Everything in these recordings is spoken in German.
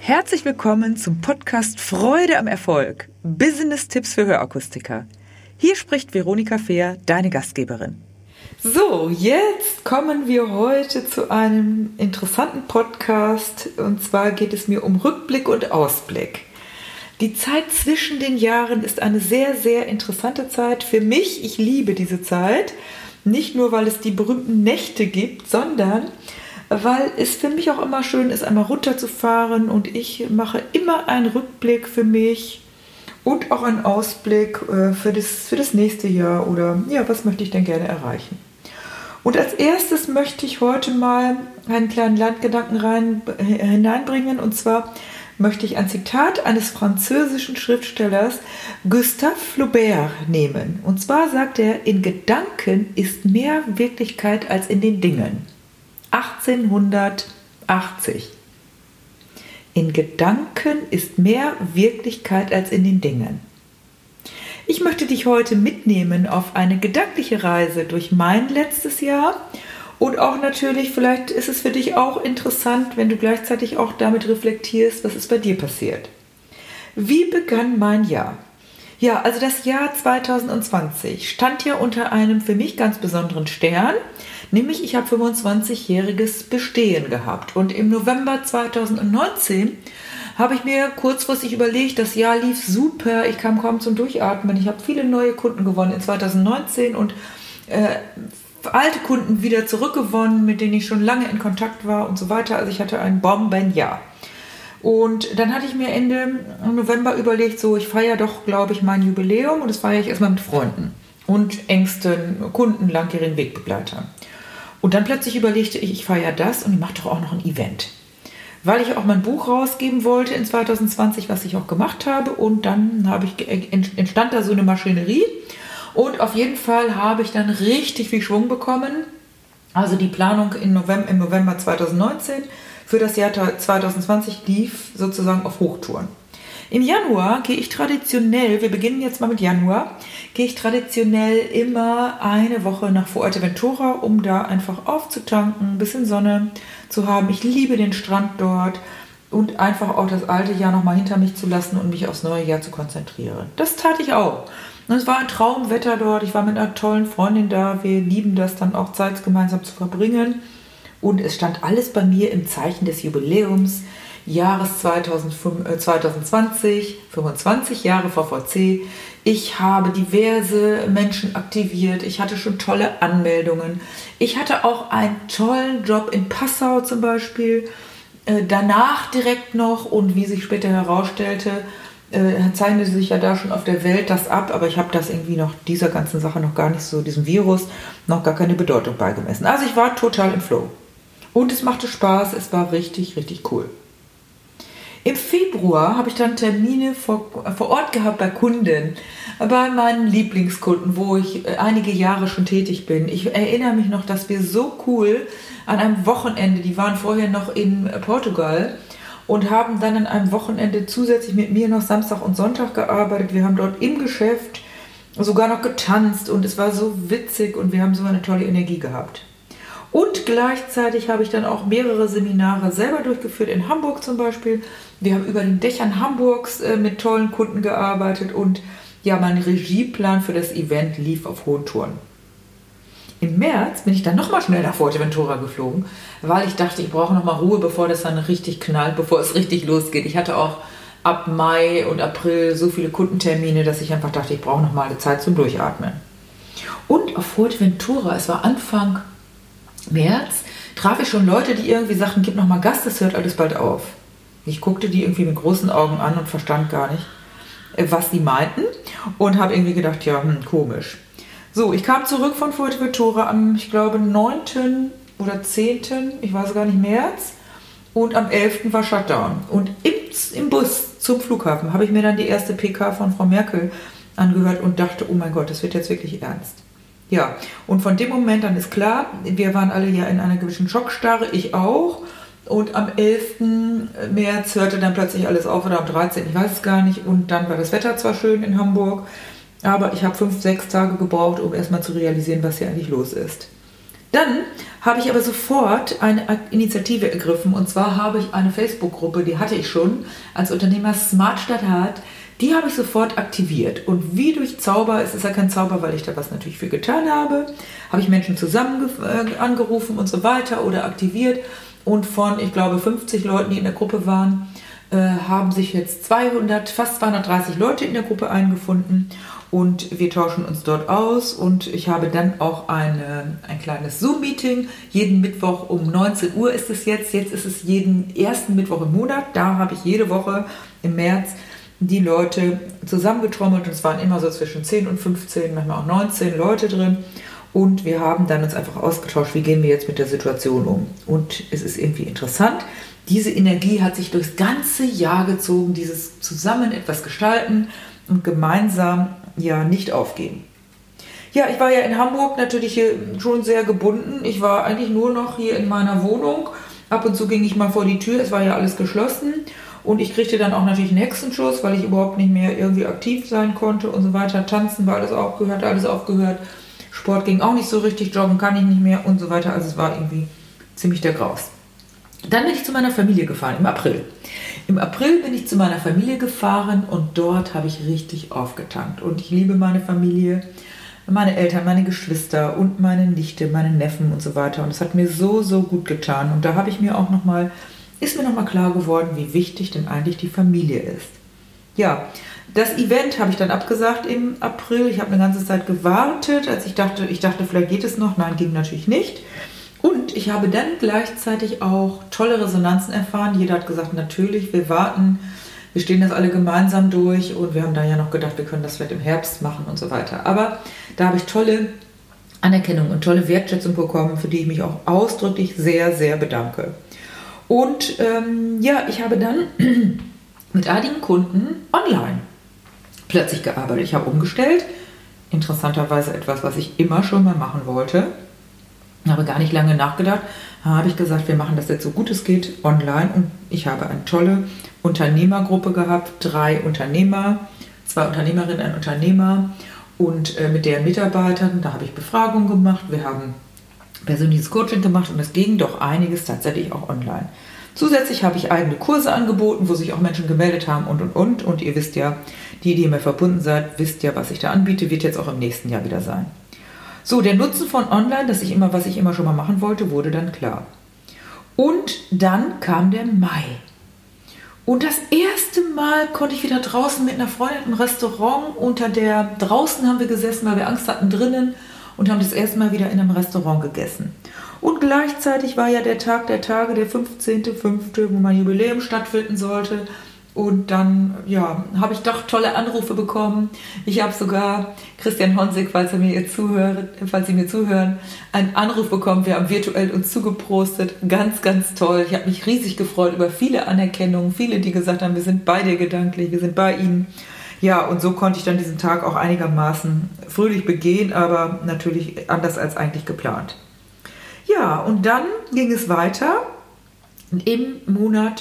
Herzlich willkommen zum Podcast Freude am Erfolg. Business-Tipps für Hörakustiker. Hier spricht Veronika Fehr, deine Gastgeberin. So, jetzt kommen wir heute zu einem interessanten Podcast. Und zwar geht es mir um Rückblick und Ausblick. Die Zeit zwischen den Jahren ist eine sehr, sehr interessante Zeit für mich. Ich liebe diese Zeit. Nicht nur, weil es die berühmten Nächte gibt, sondern weil es für mich auch immer schön ist, einmal runterzufahren, und ich mache immer einen Rückblick für mich und auch einen Ausblick für das nächste Jahr oder ja, was möchte ich denn gerne erreichen. Und als erstes möchte ich heute mal einen kleinen Landgedanken hineinbringen, und zwar möchte ich ein Zitat eines französischen Schriftstellers Gustave Flaubert nehmen. Und zwar sagt er: In Gedanken ist mehr Wirklichkeit als in den Dingen. 1880. In Gedanken ist mehr Wirklichkeit als in den Dingen. Ich möchte dich heute mitnehmen auf eine gedankliche Reise durch mein letztes Jahr, und auch natürlich, vielleicht ist es für dich auch interessant, wenn du gleichzeitig auch damit reflektierst, was ist bei dir passiert. Wie begann mein Jahr? Ja, also das Jahr 2020 stand ja unter einem für mich ganz besonderen Stern, nämlich ich habe 25-jähriges Bestehen gehabt. Und im November 2019 habe ich mir kurzfristig überlegt, das Jahr lief super, ich kam kaum zum Durchatmen, ich habe viele neue Kunden gewonnen in 2019 und alte Kunden wieder zurückgewonnen, mit denen ich schon lange in Kontakt war und so weiter. Also ich hatte ein Bombenjahr. Und dann hatte ich mir Ende November überlegt, so, ich feiere doch, glaube ich, mein Jubiläum, und das feiere ich erstmal mit Freunden und engsten Kunden, langjährigen Wegbegleitern. Und dann plötzlich überlegte ich feiere das und ich mache doch auch noch ein Event. Weil ich auch mein Buch rausgeben wollte in 2020, was ich auch gemacht habe, und dann entstand da so eine Maschinerie, und auf jeden Fall habe ich dann richtig viel Schwung bekommen. Also die Planung im November 2019 für das Jahr 2020 lief sozusagen auf Hochtouren. Im Januar gehe ich traditionell, wir beginnen jetzt mal mit Januar, gehe ich traditionell immer eine Woche nach Fuerteventura, um da einfach aufzutanken, ein bisschen Sonne zu haben. Ich liebe den Strand dort und einfach auch das alte Jahr nochmal hinter mich zu lassen und mich aufs neue Jahr zu konzentrieren. Das tat ich auch. Und es war ein Traumwetter dort, ich war mit einer tollen Freundin da, wir lieben das dann auch, Zeit gemeinsam zu verbringen. Und es stand alles bei mir im Zeichen des Jubiläums, Jahres 2020, 25 Jahre VVC. Ich habe diverse Menschen aktiviert, ich hatte schon tolle Anmeldungen. Ich hatte auch einen tollen Job in Passau zum Beispiel. Danach direkt noch, und wie sich später herausstellte, zeichnete sich ja da schon auf der Welt das ab, aber ich habe das irgendwie noch, dieser ganzen Sache noch gar nicht so, diesem Virus, noch gar keine Bedeutung beigemessen. Also ich war total im Flow. Und es machte Spaß, es war richtig, richtig cool. Im Februar habe ich dann Termine vor Ort gehabt bei Kunden, bei meinen Lieblingskunden, wo ich einige Jahre schon tätig bin. Ich erinnere mich noch, dass wir so cool an einem Wochenende, die waren vorher noch in Portugal und haben dann an einem Wochenende zusätzlich mit mir noch Samstag und Sonntag gearbeitet. Wir haben dort im Geschäft sogar noch getanzt und es war so witzig und wir haben so eine tolle Energie gehabt. Und gleichzeitig habe ich dann auch mehrere Seminare selber durchgeführt, in Hamburg zum Beispiel. Wir haben über den Dächern Hamburgs mit tollen Kunden gearbeitet, und ja, mein Regieplan für das Event lief auf hohen Touren. Im März bin ich dann nochmal schnell nach Fuerteventura geflogen, weil ich dachte, ich brauche nochmal Ruhe, bevor das dann richtig knallt, bevor es richtig losgeht. Ich hatte auch ab Mai und April so viele Kundentermine, dass ich einfach dachte, ich brauche nochmal eine Zeit zum Durchatmen. Und auf Fuerteventura, es war Anfang März, traf ich schon Leute, die irgendwie sagten, gib nochmal Gas, das hört alles bald auf. Ich guckte die irgendwie mit großen Augen an und verstand gar nicht, was sie meinten, und habe irgendwie gedacht, ja, komisch. So, ich kam zurück von Fuerteventura am, ich glaube, 9. oder 10., ich weiß gar nicht, März, und am 11. war Shutdown. Und im Bus zum Flughafen habe ich mir dann die erste PK von Frau Merkel angehört und dachte, oh mein Gott, das wird jetzt wirklich ernst. Ja, und von dem Moment an ist klar, wir waren alle ja in einer gewissen Schockstarre, ich auch. Und am 11. März hörte dann plötzlich alles auf, oder am 13., ich weiß es gar nicht. Und dann war das Wetter zwar schön in Hamburg, aber ich habe 5-6 Tage gebraucht, um erstmal zu realisieren, was hier eigentlich los ist. Dann habe ich aber sofort eine Initiative ergriffen, und zwar habe ich eine Facebook-Gruppe, die hatte ich schon als Unternehmer Smart Stadt Hart, die habe ich sofort aktiviert. Und wie durch Zauber, es ist ja kein Zauber, weil ich da was natürlich für getan habe, habe ich Menschen zusammen angerufen und so weiter oder aktiviert. Und von, ich glaube, 50 Leuten, die in der Gruppe waren, haben sich jetzt fast 230 Leute in der Gruppe eingefunden. Und wir tauschen uns dort aus, und ich habe dann auch ein kleines Zoom-Meeting. Jeden Mittwoch um 19 Uhr ist es jetzt. Jetzt ist es jeden ersten Mittwoch im Monat. Da habe ich jede Woche im März die Leute zusammengetrommelt, und es waren immer so zwischen 10 und 15, manchmal auch 19 Leute drin. Und wir haben dann uns einfach ausgetauscht, wie gehen wir jetzt mit der Situation um. Und es ist irgendwie interessant. Diese Energie hat sich durchs ganze Jahr gezogen, dieses zusammen etwas gestalten und gemeinsam nicht aufgeben. Ja, ich war ja in Hamburg natürlich hier schon sehr gebunden. Ich war eigentlich nur noch hier in meiner Wohnung. Ab und zu ging ich mal vor die Tür, es war ja alles geschlossen. Und ich kriegte dann auch natürlich einen Hexenschuss, weil ich überhaupt nicht mehr irgendwie aktiv sein konnte und so weiter. Tanzen war alles aufgehört. Sport ging auch nicht so richtig, joggen kann ich nicht mehr und so weiter. Also es war irgendwie ziemlich der Graus. Dann bin ich zu meiner Familie gefahren, im April. Im April bin ich zu meiner Familie gefahren, und dort habe ich richtig aufgetankt. Und ich liebe meine Familie, meine Eltern, meine Geschwister und meine Nichte, meine Neffen und so weiter. Und es hat mir so, so gut getan. Und da habe ich mir auch ist mir nochmal klar geworden, wie wichtig denn eigentlich die Familie ist. Ja, das Event habe ich dann abgesagt im April. Ich habe eine ganze Zeit gewartet, als ich dachte, vielleicht geht es noch. Nein, ging natürlich nicht. Und ich habe dann gleichzeitig auch tolle Resonanzen erfahren. Jeder hat gesagt, natürlich, wir warten, wir stehen das alle gemeinsam durch, und wir haben da ja noch gedacht, wir können das vielleicht im Herbst machen und so weiter. Aber da habe ich tolle Anerkennung und tolle Wertschätzung bekommen, für die ich mich auch ausdrücklich sehr, sehr bedanke. Und ich habe dann mit einigen Kunden online plötzlich gearbeitet. Ich habe umgestellt, interessanterweise etwas, was ich immer schon mal machen wollte. Habe gar nicht lange nachgedacht, habe ich gesagt, wir machen das jetzt so gut es geht online, und ich habe eine tolle Unternehmergruppe gehabt, 3 Unternehmer, 2 Unternehmerinnen, ein Unternehmer und mit deren Mitarbeitern, da habe ich Befragungen gemacht, wir haben persönliches Coaching gemacht, und es ging doch einiges tatsächlich auch online. Zusätzlich habe ich eigene Kurse angeboten, wo sich auch Menschen gemeldet haben und ihr wisst ja, die mir verbunden seid, wisst ja, was ich da anbiete, wird jetzt auch im nächsten Jahr wieder sein. So, der Nutzen von online, was ich immer schon mal machen wollte, wurde dann klar. Und dann kam der Mai. Und das erste Mal konnte ich wieder draußen mit einer Freundin im Restaurant draußen haben wir gesessen, weil wir Angst hatten drinnen, und haben das erste Mal wieder in einem Restaurant gegessen. Und gleichzeitig war ja der Tag der Tage, der 15.05., wo mein Jubiläum stattfinden sollte. Und dann, habe ich doch tolle Anrufe bekommen. Ich habe sogar Christian Honsig, falls Sie mir zuhören, einen Anruf bekommen. Wir haben virtuell uns zugeprostet. Ganz, ganz toll. Ich habe mich riesig gefreut über viele Anerkennungen. Viele, die gesagt haben, wir sind bei dir gedanklich, wir sind bei Ihnen. Ja, und so konnte ich dann diesen Tag auch einigermaßen fröhlich begehen, aber natürlich anders als eigentlich geplant. Ja, und dann ging es weiter. Im Monat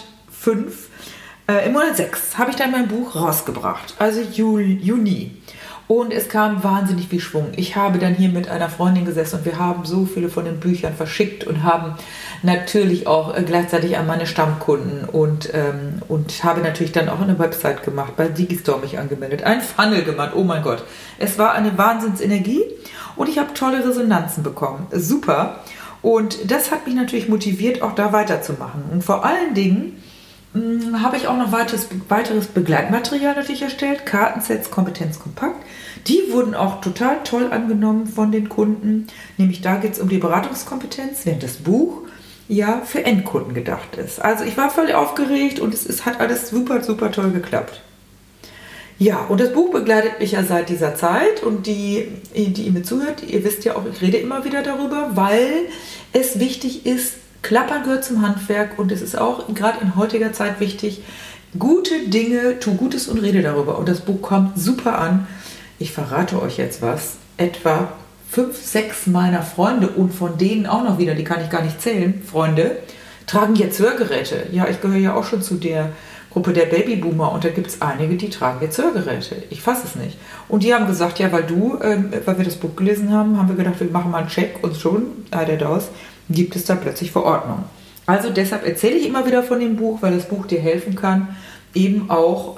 6 habe ich dann mein Buch rausgebracht, also Juni. Und es kam wahnsinnig viel Schwung. Ich habe dann hier mit einer Freundin gesessen, und wir haben so viele von den Büchern verschickt und haben natürlich auch gleichzeitig an meine Stammkunden und habe natürlich dann auch eine Website gemacht, bei Digistore mich angemeldet, einen Funnel gemacht, oh mein Gott. Es war eine Wahnsinnsenergie, und ich habe tolle Resonanzen bekommen. Super. Und das hat mich natürlich motiviert, auch da weiterzumachen. Und vor allen Dingen habe ich auch noch weiteres Begleitmaterial natürlich erstellt, Kartensets Kompetenz kompakt. Die wurden auch total toll angenommen von den Kunden, nämlich da geht es um die Beratungskompetenz, während das Buch ja für Endkunden gedacht ist. Also ich war voll aufgeregt, und es hat alles super, super toll geklappt. Ja, und das Buch begleitet mich ja seit dieser Zeit, und die ihr mir zuhört, ihr wisst ja auch, ich rede immer wieder darüber, weil es wichtig ist, Klappern gehört zum Handwerk, und es ist auch gerade in heutiger Zeit wichtig, gute Dinge, tu Gutes und rede darüber. Und das Buch kommt super an. Ich verrate euch jetzt was. Etwa 5, 6 meiner Freunde, und von denen auch noch wieder, die kann ich gar nicht zählen, Freunde, tragen jetzt Hörgeräte. Ja, ich gehöre ja auch schon zu der Gruppe der Babyboomer und da gibt es einige, die tragen jetzt Hörgeräte. Ich fasse es nicht. Und die haben gesagt, ja, weil wir das Buch gelesen haben, haben wir gedacht, wir machen mal einen Check und schon, gibt es da plötzlich Verordnungen. Also deshalb erzähle ich immer wieder von dem Buch, weil das Buch dir helfen kann, eben auch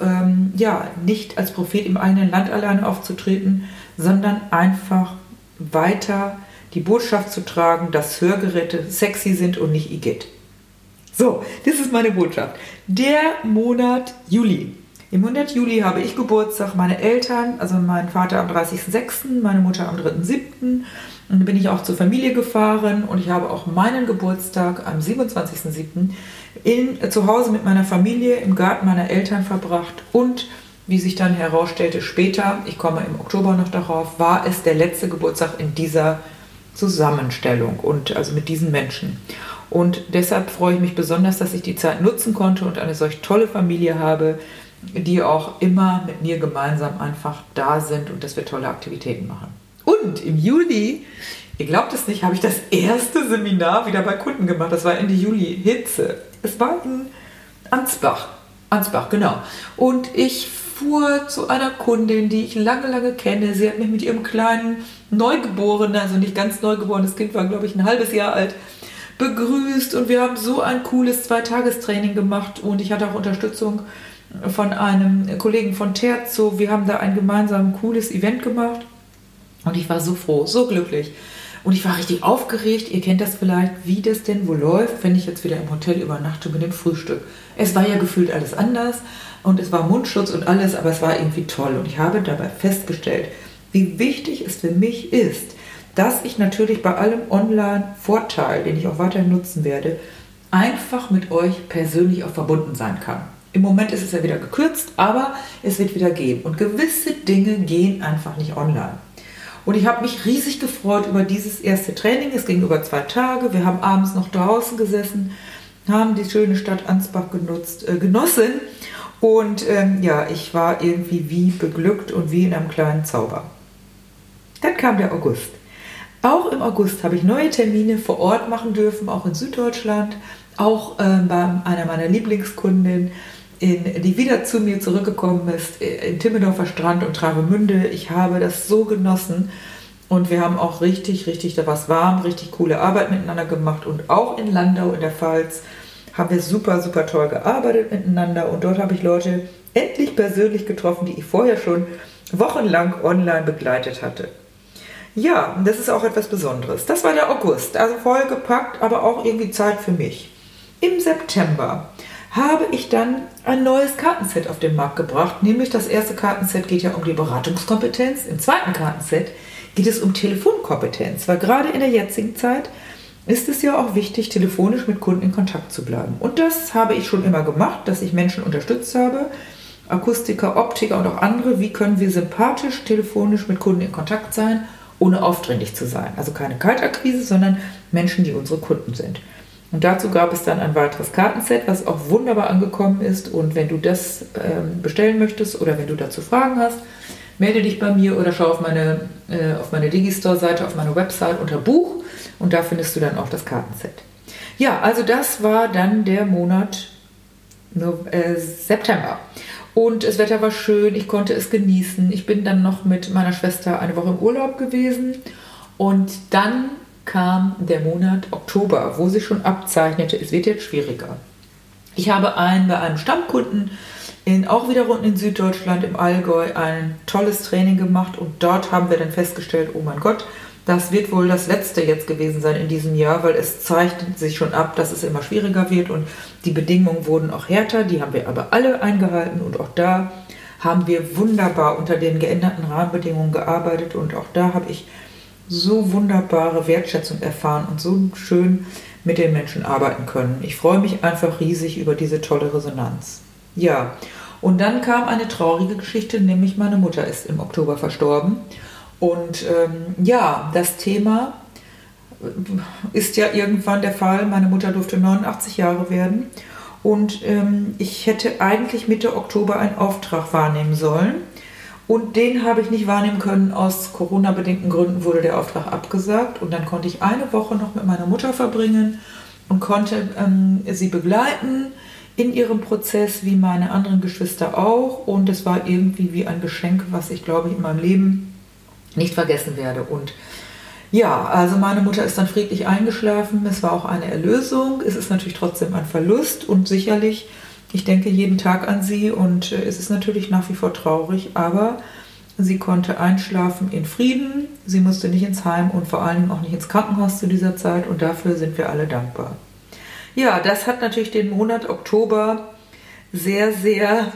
nicht als Prophet im eigenen Land alleine aufzutreten, sondern einfach weiter die Botschaft zu tragen, dass Hörgeräte sexy sind und nicht Igitt. So, das ist meine Botschaft. Der Monat Juli. Im Monat Juli habe ich Geburtstag, meine Eltern, also mein Vater am 30.06., meine Mutter am 3.07. Und dann bin ich auch zur Familie gefahren und ich habe auch meinen Geburtstag am 27.07. Zu Hause mit meiner Familie im Garten meiner Eltern verbracht und wie sich dann herausstellte später, ich komme im Oktober noch darauf, war es der letzte Geburtstag in dieser Zusammenstellung und also mit diesen Menschen. Und deshalb freue ich mich besonders, dass ich die Zeit nutzen konnte und eine solch tolle Familie habe, die auch immer mit mir gemeinsam einfach da sind und dass wir tolle Aktivitäten machen. Und im Juli, ihr glaubt es nicht, habe ich das erste Seminar wieder bei Kunden gemacht. Das war Ende Juli, Hitze. Es war in Ansbach. Ansbach, genau. Und ich fuhr zu einer Kundin, die ich lange kenne. Sie hat mich mit ihrem kleinen Neugeborenen, also nicht ganz neugeborenes Kind, war glaube ich ein halbes Jahr alt, begrüßt und wir haben so ein cooles 2-Tagestraining gemacht und ich hatte auch Unterstützung von einem Kollegen von Terzo. Wir haben da ein gemeinsam cooles Event gemacht und ich war so froh, so glücklich und ich war richtig aufgeregt. Ihr kennt das vielleicht, wie das denn wohl läuft, wenn ich jetzt wieder im Hotel übernachte mit dem Frühstück. Es war ja gefühlt alles anders und es war Mundschutz und alles, aber es war irgendwie toll und ich habe dabei festgestellt, wie wichtig es für mich ist, dass ich natürlich bei allem Online-Vorteil, den ich auch weiterhin nutzen werde, einfach mit euch persönlich auch verbunden sein kann. Im Moment ist es ja wieder gekürzt, aber es wird wieder gehen. Und gewisse Dinge gehen einfach nicht online. Und ich habe mich riesig gefreut über dieses erste Training. Es ging über 2 Tage. Wir haben abends noch draußen gesessen, haben die schöne Stadt Ansbach genossen. Und ich war irgendwie wie beglückt und wie in einem kleinen Zauber. Dann kam der August. Auch im August habe ich neue Termine vor Ort machen dürfen, auch in Süddeutschland, auch bei einer meiner Lieblingskundinnen, die wieder zu mir zurückgekommen ist, in Timmendorfer Strand und Travemünde. Ich habe das so genossen und wir haben auch richtig, da war es warm, richtig coole Arbeit miteinander gemacht und auch in Landau in der Pfalz haben wir super toll gearbeitet miteinander und dort habe ich Leute endlich persönlich getroffen, die ich vorher schon wochenlang online begleitet hatte. Ja, das ist auch etwas Besonderes. Das war der August, also vollgepackt, aber auch irgendwie Zeit für mich. Im September habe ich dann ein neues Kartenset auf den Markt gebracht, nämlich das erste Kartenset geht ja um die Beratungskompetenz, im zweiten Kartenset geht es um Telefonkompetenz, weil gerade in der jetzigen Zeit ist es ja auch wichtig, telefonisch mit Kunden in Kontakt zu bleiben. Und das habe ich schon immer gemacht, dass ich Menschen unterstützt habe, Akustiker, Optiker und auch andere, wie können wir sympathisch telefonisch mit Kunden in Kontakt sein, ohne aufdringlich zu sein. Also keine Kaltakquise, sondern Menschen, die unsere Kunden sind. Und dazu gab es dann ein weiteres Kartenset, was auch wunderbar angekommen ist. Und wenn du das bestellen möchtest oder wenn du dazu Fragen hast, melde dich bei mir oder schau auf meine Digistore-Seite, auf meine Website unter Buch und da findest du dann auch das Kartenset. Ja, also das war dann der Monat September. Und das Wetter war schön, ich konnte es genießen. Ich bin dann noch mit meiner Schwester eine Woche im Urlaub gewesen. Und dann kam der Monat Oktober, wo sich schon abzeichnete, es wird jetzt schwieriger. Ich habe bei einem Stammkunden auch wiederum in Süddeutschland, im Allgäu, ein tolles Training gemacht. Und dort haben wir dann festgestellt, oh mein Gott, das wird wohl das letzte jetzt gewesen sein in diesem Jahr, weil es zeichnet sich schon ab, dass es immer schwieriger wird und die Bedingungen wurden auch härter, die haben wir aber alle eingehalten und auch da haben wir wunderbar unter den geänderten Rahmenbedingungen gearbeitet und auch da habe ich so wunderbare Wertschätzung erfahren und so schön mit den Menschen arbeiten können. Ich freue mich einfach riesig über diese tolle Resonanz. Ja, und dann kam eine traurige Geschichte, nämlich meine Mutter ist im Oktober verstorben. Und das Thema ist ja irgendwann der Fall. Meine Mutter durfte 89 Jahre werden und ich hätte eigentlich Mitte Oktober einen Auftrag wahrnehmen sollen und den habe ich nicht wahrnehmen können. Aus Corona-bedingten Gründen wurde der Auftrag abgesagt und dann konnte ich eine Woche noch mit meiner Mutter verbringen und konnte sie begleiten in ihrem Prozess, wie meine anderen Geschwister auch. Und es war irgendwie wie ein Geschenk, was ich, glaube ich, in meinem Leben nicht vergessen werde. Und ja, also meine Mutter ist dann friedlich eingeschlafen. Es war auch eine Erlösung. Es ist natürlich trotzdem ein Verlust und sicherlich, ich denke jeden Tag an sie und es ist natürlich nach wie vor traurig, aber sie konnte einschlafen in Frieden. Sie musste nicht ins Heim und vor allen Dingen auch nicht ins Krankenhaus zu dieser Zeit und dafür sind wir alle dankbar. Ja, das hat natürlich den Monat Oktober sehr, sehr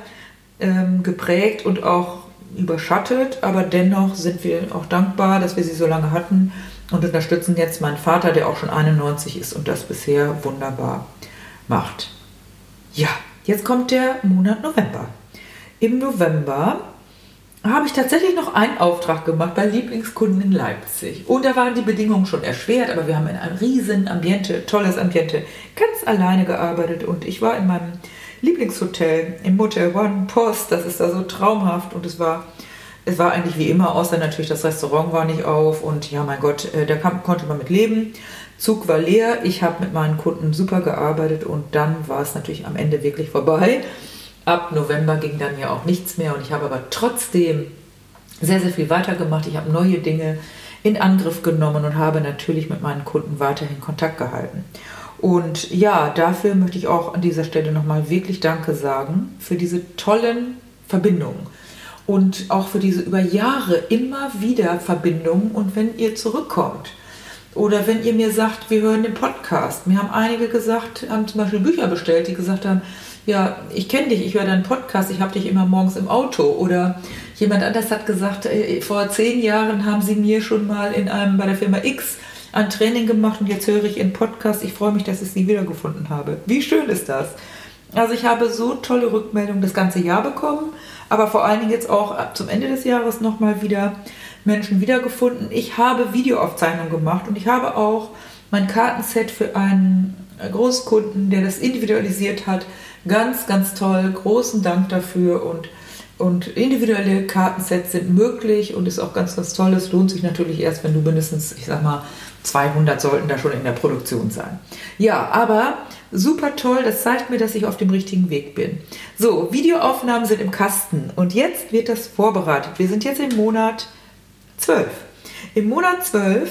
geprägt und auch überschattet, aber dennoch sind wir auch dankbar, dass wir sie so lange hatten und unterstützen jetzt meinen Vater, der auch schon 91 ist und das bisher wunderbar macht. Ja, jetzt kommt der Monat November. Im November habe ich tatsächlich noch einen Auftrag gemacht bei Lieblingskunden in Leipzig. Und da waren die Bedingungen schon erschwert, aber wir haben in einem riesen Ambiente, tolles Ambiente, ganz alleine gearbeitet. Und ich war in meinem Lieblingshotel, im Motel One Post, das ist da so traumhaft. Und es war eigentlich wie immer, außer natürlich das Restaurant war nicht auf. Und ja, mein Gott, da konnte man mit leben. Zug war leer, ich habe mit meinen Kunden super gearbeitet und dann war es natürlich am Ende wirklich vorbei. Ab November ging dann ja auch nichts mehr und ich habe aber trotzdem sehr, sehr viel weitergemacht. Ich habe neue Dinge in Angriff genommen und habe natürlich mit meinen Kunden weiterhin Kontakt gehalten. Und ja, dafür möchte ich auch an dieser Stelle nochmal wirklich Danke sagen für diese tollen Verbindungen und auch für diese über Jahre immer wieder Verbindungen. Und wenn ihr zurückkommt oder wenn ihr mir sagt, wir hören den Podcast, mir haben einige gesagt, haben zum Beispiel Bücher bestellt, die gesagt haben, ja, ich kenne dich, ich höre deinen Podcast, ich habe dich immer morgens im Auto. Oder jemand anders hat gesagt, vor 10 Jahren haben sie mir schon mal bei der Firma X ein Training gemacht und jetzt höre ich ihren Podcast. Ich freue mich, dass ich sie wiedergefunden habe. Wie schön ist das? Also ich habe so tolle Rückmeldungen das ganze Jahr bekommen, aber vor allen Dingen jetzt auch zum Ende des Jahres nochmal wieder Menschen wiedergefunden. Ich habe Videoaufzeichnungen gemacht und ich habe auch mein Kartenset für einen Großkunden, der das individualisiert hat. Ganz, ganz toll. Großen Dank dafür und individuelle Kartensets sind möglich und ist auch ganz, ganz toll. Es lohnt sich natürlich erst, wenn du mindestens, ich sag mal, 200 sollten da schon in der Produktion sein. Ja, aber super toll. Das zeigt mir, dass ich auf dem richtigen Weg bin. So, Videoaufnahmen sind im Kasten und jetzt wird das vorbereitet. Wir sind jetzt im Monat 12. Im Monat 12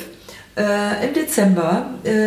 im Dezember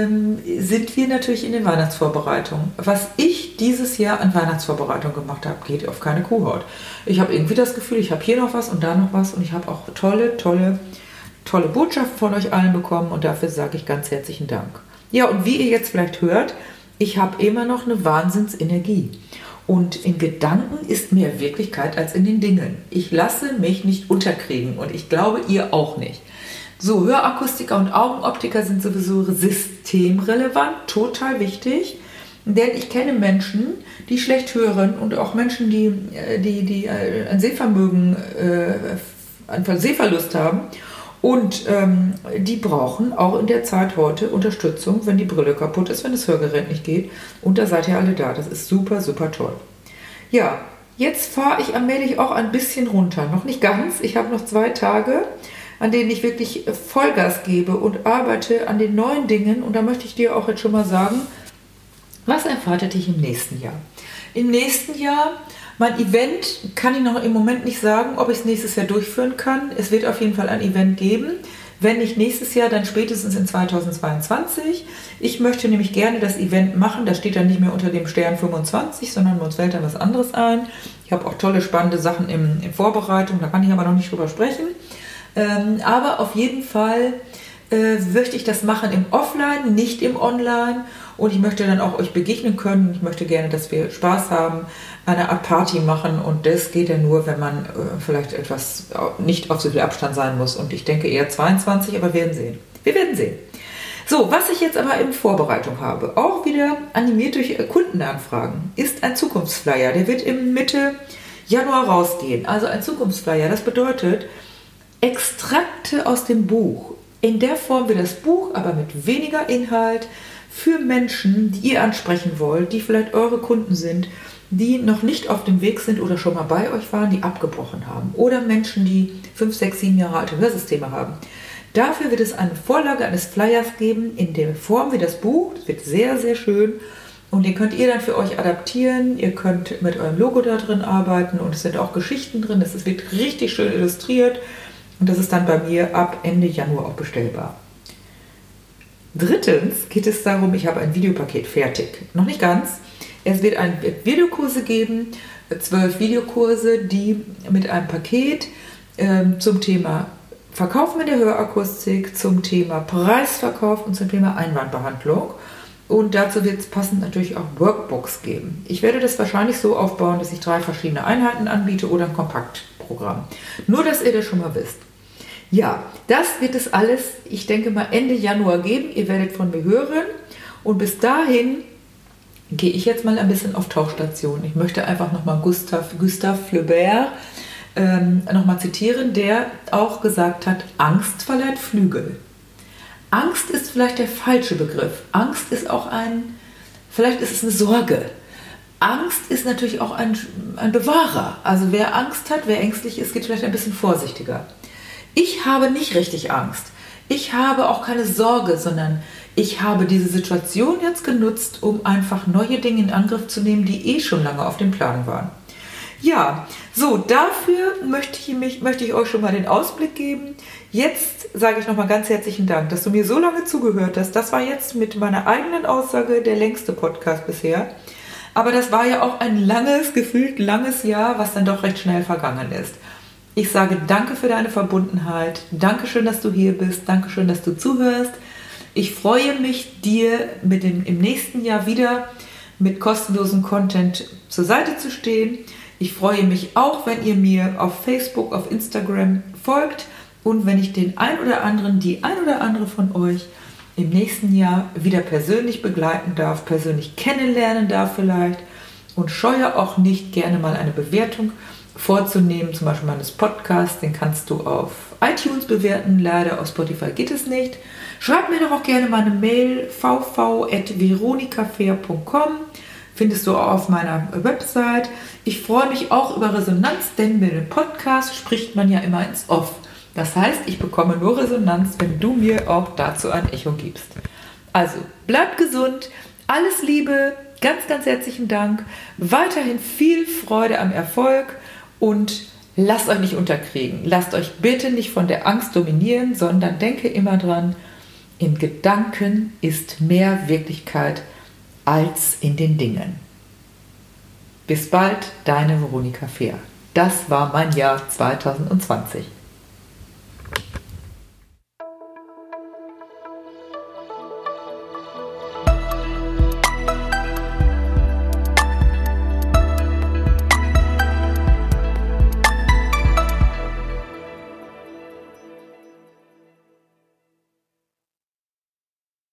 sind wir natürlich in den Weihnachtsvorbereitungen. Was ich dieses Jahr an Weihnachtsvorbereitungen gemacht habe, geht auf keine Kuhhaut. Ich habe irgendwie das Gefühl, ich habe hier noch was und da noch was und ich habe auch tolle Botschaften von euch allen bekommen und dafür sage ich ganz herzlichen Dank. Ja, und wie ihr jetzt vielleicht hört, ich habe immer noch eine Wahnsinnsenergie. Und in Gedanken ist mehr Wirklichkeit als in den Dingen. Ich lasse mich nicht unterkriegen und ich glaube, ihr auch nicht. So, Hörakustiker und Augenoptiker sind sowieso systemrelevant, total wichtig, denn ich kenne Menschen, die schlecht hören und auch Menschen, die ein Sehvermögen, einen Sehverlust haben und die brauchen auch in der Zeit heute Unterstützung, wenn die Brille kaputt ist, wenn das Hörgerät nicht geht und da seid ihr alle da, das ist super, super toll. Ja, jetzt fahre ich allmählich auch ein bisschen runter, noch nicht ganz, ich habe noch 2 Tage, an denen ich wirklich Vollgas gebe und arbeite an den neuen Dingen. Und da möchte ich dir auch jetzt schon mal sagen, was erwartet dich im nächsten Jahr? Im nächsten Jahr, mein Event kann ich noch im Moment nicht sagen, ob ich es nächstes Jahr durchführen kann. Es wird auf jeden Fall ein Event geben. Wenn nicht nächstes Jahr, dann spätestens in 2022. Ich möchte nämlich gerne das Event machen. Das steht dann nicht mehr unter dem Stern 25, sondern uns fällt dann was anderes ein. Ich habe auch tolle, spannende Sachen in Vorbereitung. Da kann ich aber noch nicht drüber sprechen. Aber auf jeden Fall möchte ich das machen im Offline, nicht im Online. Und ich möchte dann auch euch begegnen können. Ich möchte gerne, dass wir Spaß haben, eine Art Party machen. Und das geht ja nur, wenn man vielleicht etwas nicht auf so viel Abstand sein muss. Und ich denke eher 22, aber wir werden sehen. Wir werden sehen. So, was ich jetzt aber in Vorbereitung habe, auch wieder animiert durch Kundenanfragen, ist ein Zukunftsflyer. Der wird im Mitte Januar rausgehen. Also ein Zukunftsflyer. Das bedeutet, Extrakte aus dem Buch, in der Form wie das Buch, aber mit weniger Inhalt für Menschen, die ihr ansprechen wollt, die vielleicht eure Kunden sind, die noch nicht auf dem Weg sind oder schon mal bei euch waren, die abgebrochen haben oder Menschen, die 5, 6, 7 Jahre alte Hörsysteme haben. Dafür wird es eine Vorlage eines Flyers geben in der Form wie das Buch. Das wird sehr, sehr schön Und den könnt ihr dann für euch adaptieren. Ihr könnt mit eurem Logo da drin arbeiten und es sind auch Geschichten drin. Es wird richtig schön illustriert und das ist dann bei mir ab Ende Januar auch bestellbar. Drittens geht es darum, ich habe ein Videopaket fertig. Noch nicht ganz. Es wird Videokurse geben, 12 Videokurse, die mit einem Paket zum Thema Verkaufen in der Hörakustik, zum Thema Preisverkauf und zum Thema Einwandbehandlung. Und dazu wird es passend natürlich auch Workbooks geben. Ich werde das wahrscheinlich so aufbauen, dass ich 3 verschiedene Einheiten anbiete oder ein Kompaktprogramm. Nur, dass ihr das schon mal wisst. Ja, das wird es alles, ich denke mal, Ende Januar geben. Ihr werdet von mir hören. Und bis dahin gehe ich jetzt mal ein bisschen auf Tauchstation. Ich möchte einfach nochmal Gustave Flaubert nochmal zitieren, der auch gesagt hat, Angst verleiht Flügel. Angst ist vielleicht der falsche Begriff. Angst ist auch vielleicht ist es eine Sorge. Angst ist natürlich auch ein Bewahrer. Also wer Angst hat, wer ängstlich ist, geht vielleicht ein bisschen vorsichtiger. Ich habe nicht richtig Angst. Ich habe auch keine Sorge, sondern ich habe diese Situation jetzt genutzt, um einfach neue Dinge in Angriff zu nehmen, die schon lange auf dem Plan waren. Ja, so, dafür möchte ich euch schon mal den Ausblick geben. Jetzt sage ich nochmal ganz herzlichen Dank, dass du mir so lange zugehört hast. Das war jetzt mit meiner eigenen Aussage der längste Podcast bisher. Aber das war ja auch ein gefühlt langes Jahr, was dann doch recht schnell vergangen ist. Ich sage danke für deine Verbundenheit. Dankeschön, dass du hier bist. Dankeschön, dass du zuhörst. Ich freue mich, dir im nächsten Jahr wieder mit kostenlosem Content zur Seite zu stehen. Ich freue mich auch, wenn ihr mir auf Facebook, auf Instagram folgt und wenn ich die ein oder andere von euch im nächsten Jahr wieder persönlich begleiten darf, persönlich kennenlernen darf vielleicht und scheue auch nicht, gerne mal eine Bewertung vorzunehmen, zum Beispiel meines Podcasts, den kannst du auf iTunes bewerten, leider auf Spotify geht es nicht. Schreib mir doch auch gerne mal eine Mail, vv@veronikafair.com, findest du auch auf meiner Website. Ich freue mich auch über Resonanz, denn mit dem Podcast spricht man ja immer ins Off. Das heißt, ich bekomme nur Resonanz, wenn du mir auch dazu ein Echo gibst. Also, bleibt gesund, alles Liebe, ganz, ganz herzlichen Dank, weiterhin viel Freude am Erfolg und lasst euch nicht unterkriegen. Lasst euch bitte nicht von der Angst dominieren, sondern denke immer dran, in Gedanken ist mehr Wirklichkeit als in den Dingen. Bis bald, deine Veronika Fair. Das war mein Jahr 2020.